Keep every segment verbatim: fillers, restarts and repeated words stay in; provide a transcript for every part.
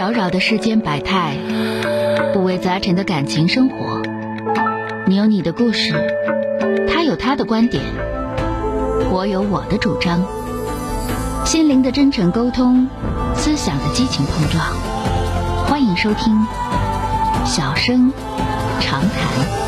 扰扰的世间百态，五味杂陈的感情生活。你有你的故事，他有他的观点，我有我的主张。心灵的真诚沟通，思想的激情碰撞。欢迎收听小声长谈。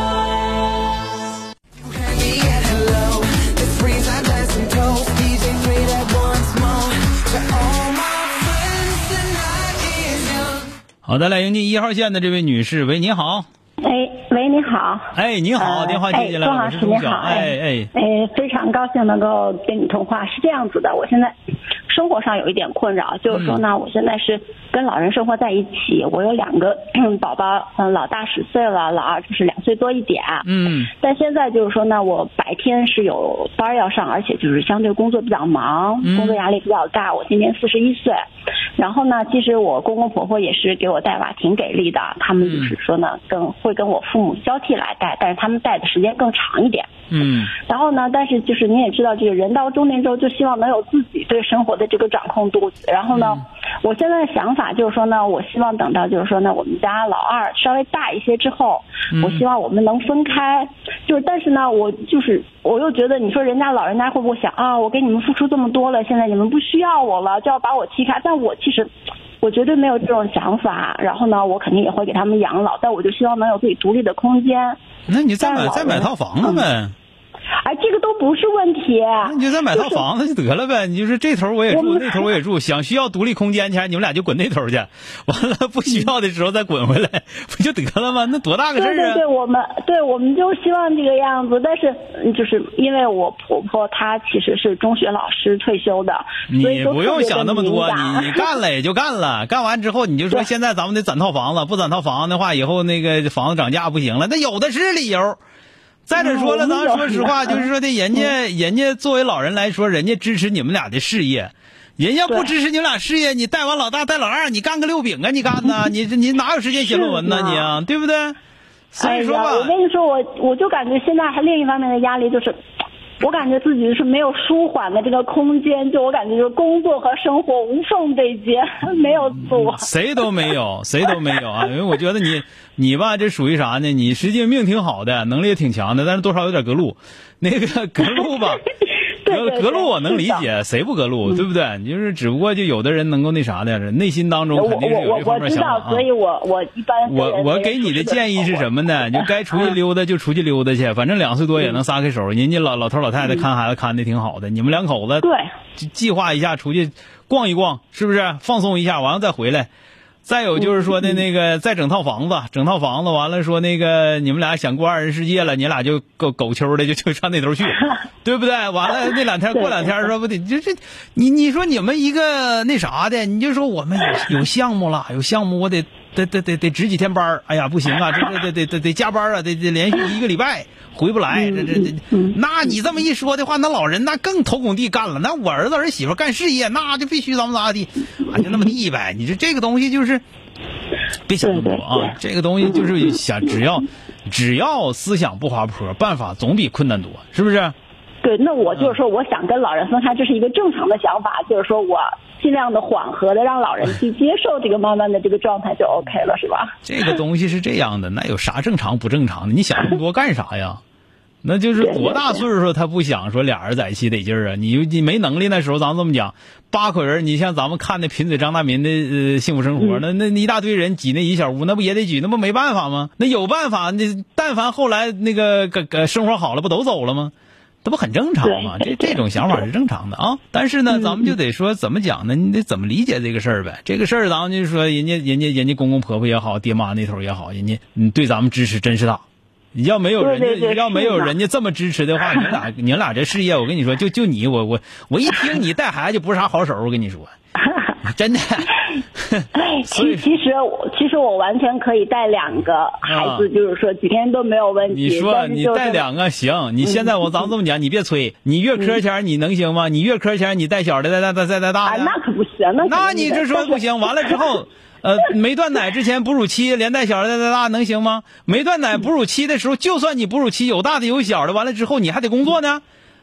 好的，来迎接一号线的这位女士，喂，你好。 哎，喂，你好。 哎，你好，呃、电话接进来了， 哎，钟老师你好。 哎哎哎，非常高兴能够跟你通话。是这样子的，我现在生活上有一点困扰，就是说呢，嗯、我现在是跟老人生活在一起，我有两个宝宝，嗯，老大十岁了，老二就是两岁多一点。 嗯。 但现在就是说呢，我白天是有班要上，而且就是相对工作比较忙， 嗯、 工作压力比较大。我今年四十一岁。然后呢，其实我公公婆婆也是给我带娃挺给力的，他们就是说呢，跟会跟我父母交替来带，但是他们带的时间更长一点。 嗯。 然后呢，但是就是你也知道，这个人到中年之后，就希望能有自己对生活的这个掌控度。然后呢，嗯、我现在的想法就是说呢，我希望等到就是说呢，我们家老二稍微大一些之后，嗯、我希望我们能分开。就是但是呢，我就是我又觉得，你说人家老人家会不会想啊，我给你们付出这么多了，现在你们不需要我了，就要把我踢开？但我其实我绝对没有这种想法。然后呢，我肯定也会给他们养老，但我就希望能有自己独立的空间。 那你再买再买套房子呗。嗯哎，这个都不是问题。 那你就再买套房子就得了呗。就是、你就是这头我也住，那头我也住，想需要独立空间前，你们俩就滚那头去，完了不需要的时候再滚回来，不就得了吗？那多大个事儿啊！ 对对对，我们对我们就希望这个样子。但是就是因为我婆婆她其实是中学老师退休的，所以你不用想那么多，你你干了也就干了，干完之后你就说现在咱们得攒套房子，不攒套房子的话，以后那个房子涨价不行了，那有的是理由。再者说了，咱说实话，就是说的人家人家作为老人来说，人家支持你们俩的事业，人家不支持你们俩事业，你带完老大带老二，你干个六饼啊？你干呢？你你哪有时间写论文呢？你啊，对不对？所以说吧， 哎、我跟你说，我我就感觉现在还另一方面的压力就是。我感觉自己是没有舒缓的这个空间，就我感觉就是工作和生活无缝对接，没有做。 谁都没有，谁都没有啊！因为我觉得你你吧，这属于啥呢？你实际命挺好的，能力也挺强的，但是多少有点隔路。那个隔路吧。隔隔路我能理解，谁不隔路，对不对？你就是只不过就有的人能够那啥的，内心当中肯定是有这方面想法啊。 我我我知道，所以我我一般我我给你的建议是什么呢？就该出去溜达就出去溜达去，反正两岁多也能撒开手，人家老老头老太太看孩子看的挺好的，你们两口子对计划一下出去逛一逛，是不是放松一下，完了再回来。再有就是说的那个，再整套房子，整套房子完了说那个你们俩想过二人世界了，你俩就狗狗秋的就就上那头去，对不对？完了那两天过两天说不得，这这你你说你们一个那啥的，你就说我们有有项目了，有项目我得得得得得值几天班，哎呀不行啊，这这得得得得加班啊，得得连续一个礼拜回不来，这这这，那你这么一说的话，那老人那更头拱地干了，那我儿子儿媳妇干事业，那就必须怎么咋地，啊就那么地呗。你这这个东西就是别想那么多啊，这个东西就是想只要只要思想不滑坡，办法总比困难多，是不是？ 对，那我就是说，我想跟老人分开，这是一个正常的想法，就是说我尽量的缓和的让老人去接受这个慢慢的这个状态就 OK 了，是吧？ 这个东西是这样的，那有啥正常不正常的？你想那么多干啥呀？那就是多大岁数他不想说俩人在一起得劲儿啊？你你没能力那时候，咱们这么讲，八口人，你像咱们看那贫嘴张大民的呃幸福生活，那那一大堆人挤那一小屋，那不也得挤？那不没办法吗？那有办法，那但凡后来那个个个生活好了，不都走了吗？这不很正常吗？这这种想法是正常的啊。但是呢，咱们就得说怎么讲呢？你得怎么理解这个事儿呗？这个事儿咱们就说，人家人家人家公公婆婆也好，爹妈那头也好，人家嗯对咱们支持真是大。要没有人家， 对对对要没有人家这么支持的话，你俩你俩这事业，我跟你说，就就你我我我一听你带孩子就不是啥好手，我跟你说，真的。 其其实其实我完全可以带两个孩子，啊、就是说几天都没有问题。 你说你带两个行，你现在我咱们这么讲，你别催，你月科前你能行吗？你月科前你带小的再带再带大的， 啊，那可不行，那那你这说不行，完了之后。呃，没断奶之前哺乳期连带小的带大能行吗？没断奶哺乳期的时候，就算你哺乳期有大的有小的，完了之后你还得工作呢，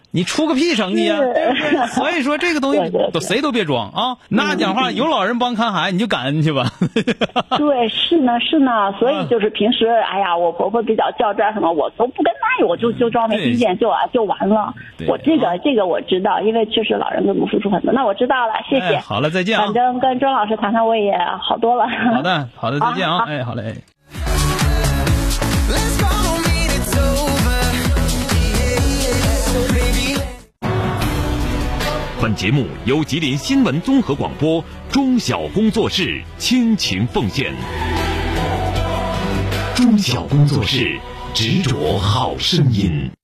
你出个屁成绩啊！对不对？所以说这个东西都谁都别装啊！那讲话有老人帮看孩子，你就感恩去吧。 对，是呢是呢，所以就是平时，哎呀，我婆婆比较较真什么，我都不跟她有，我就就装没听见就啊就完了。我这个这个我知道，因为确实老人给我们付出很多。那我知道了，谢谢。 哎、好了，再见啊！ 反正跟周老师谈谈，我也好多了。 好的，好的，再见啊！哎，好嘞。 本节目由吉林新闻综合广播中小工作室倾情奉献。中小工作室，执着好声音。